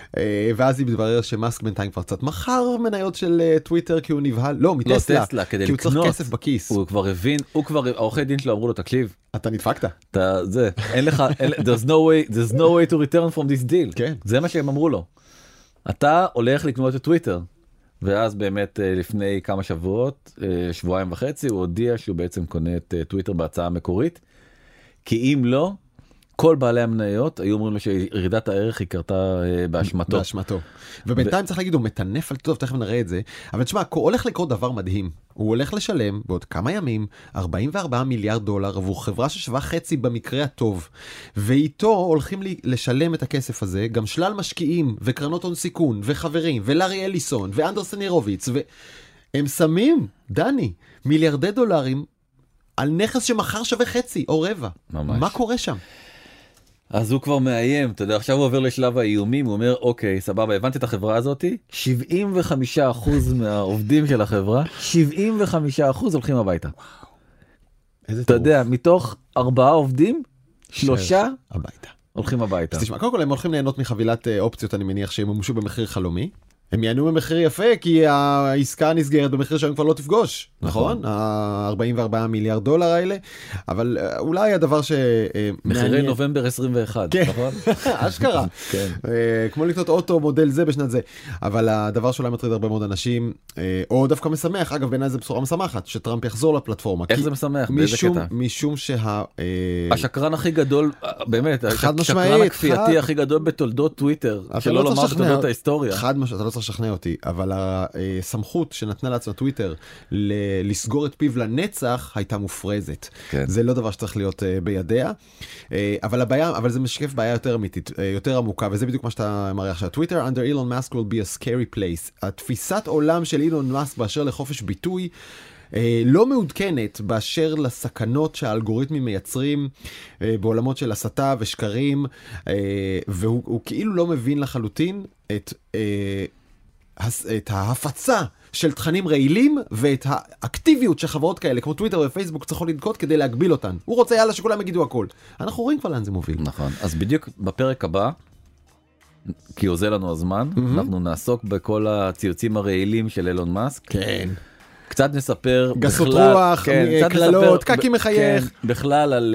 Speaker 1: ואז יתברר שמאסק בינתיים כבר קצת מכר מניות של טוויטר, כי הוא נבהל, לא, מטסלה, כי הוא צריך כסף בכיס.
Speaker 2: הוא כבר הבין, העורכי דין שלו אמרו לו, תקשיב,
Speaker 1: אתה נדפקת.
Speaker 2: אין לך, there's no way to return from this deal.
Speaker 1: כן.
Speaker 2: זה מה שהם אמרו לו. אתה הולך לקנות את טוויטר. ואז באמת לפני כמה שבועות, 1.5 שבועות, הוא הודיע שהוא בעצם קונה את טוויטר בהצעה המקורית, כי אם לא, כל בעלי המניות היו אומרים לו שירידת הערך היא קרתה באשמתו.
Speaker 1: ובינתיים צריך להגיד, הוא מטנף על טוב, תכף נראה את זה, אבל תשמע, הולך לקרות דבר מדהים. הוא הולך לשלם בעוד כמה ימים 44 מיליארד דולר עבור חברה ששווה חצי במקרה הטוב, ואיתו הולכים לשלם את הכסף הזה גם שלל משקיעים וקרנות הון סיכון וחברים ולארי אליסון ואנדרסן ירוביץ, והם שמים, דני, מיליארדי דולרים על נכס שמחר שווה חצי או רבע. ממש. מה קורה שם?
Speaker 2: אז הוא כבר מאיים, אתה יודע, עכשיו הוא עובר לשלב האיומים, הוא אומר, אוקיי, סבבה, הבנתי את החברה הזאת, 75% מהעובדים של החברה, 75% הולכים הביתה.
Speaker 1: איזה
Speaker 2: אתה יודע, מתוך 4 עובדים, 3
Speaker 1: הביתה.
Speaker 2: הולכים הביתה.
Speaker 1: אז תשמע, קודם כל הם הולכים ליהנות מחבילת אופציות, אני מניח שהם מומשו במחיר חלומי. הם יענו במחיר יפה, כי העסקה נסגרת במחיר שהם כבר לא תפגוש, נכון? ה-44 מיליארד דולר האלה, אבל אולי הדבר
Speaker 2: מחירי נובמבר 21, נכון?
Speaker 1: אשכרה. כמו לקנות אוטו מודל זה בשנת זה. אבל הדבר שאולי מטריד הרבה מאוד אנשים, או דווקא משמח, אגב, בעיניי זה בשורה משמחת, שטראמפ יחזור לפלטפורמה.
Speaker 2: איך זה משמח? באיזה קטע?
Speaker 1: משום
Speaker 2: השקרן הכי גדול, באמת, השקרן הכפייתי הכי גדול בתולדות טוויטר, שלא לומר בתולדות ההיסטוריה.
Speaker 1: חד משמעית, אתה לא צריך לשכנע אותי, אבל הסמכות שנתנה לעצמה טוויטר לסגור את פיו לנצח הייתה מופרזת. זה לא דבר שצריך להיות בידיה, אבל זה משקף בעיה יותר אמיתית, יותר עמוקה, וזה בדיוק מה שאתה מראה עכשיו. טוויטר under Elon Musk will be a scary place. התפיסת עולם של אילון מאסק באשר לחופש ביטוי לא מעודכנת באשר לסכנות שהאלגוריתמים מייצרים בעולמות של הסתה ושקרים, והוא כאילו לא מבין לחלוטין את ההפצה של תכנים רעילים ואת האקטיביות שחברות כאלה כמו טוויטר ופייסבוק צריכות לנקוט כדי להגביל אותן. הוא רוצה יאללה שכולם יגידו הכל. אנחנו רואים כבר לאן זה מוביל.
Speaker 2: נכון. אז בדיוק בפרק הבא, כי עוזר לנו הזמן, אנחנו נעסוק בכל הציוצים הרעילים של אילון מאסק.
Speaker 1: כן.
Speaker 2: קצת נספר
Speaker 1: גסות רוח, כללות, קקי מחייך.
Speaker 2: בכלל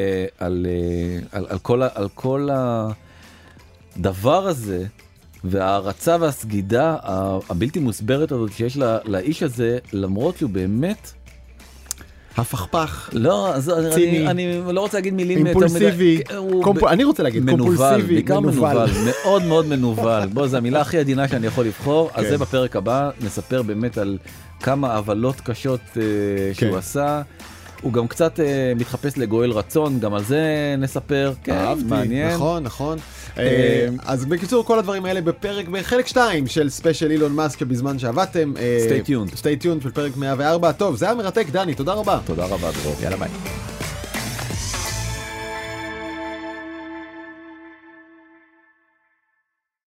Speaker 2: על כל הדבר הזה, וההרצה והסגידה הבלתי מוסברת הזאת שיש לאיש הזה, למרות שהוא באמת
Speaker 1: הפכפך,
Speaker 2: לא, ציני, אני לא רוצה להגיד מילים
Speaker 1: אימפולסיבי, אני רוצה להגיד קומפולסיבי,
Speaker 2: בעיקר מנוול, מאוד מאוד מנוול. בוא, זו המילה הכי עדינה שאני יכול לבחור. אז זה בפרק הבא, נספר באמת על כמה עוולות קשות שהוא עשה. הוא גם קצת מתחפש לגואל רצון, גם על זה נספר.
Speaker 1: אהבתי, מעניין. נכון. אז בקיצור, כל הדברים האלה בחלק 2 של ספיישל אילון מאסק בזמן שעבדתם.
Speaker 2: Stay tuned
Speaker 1: של פרק 104. טוב, זה היה מרתק, דני, תודה רבה.
Speaker 2: תודה רבה, דרור.
Speaker 1: יאללה ביי.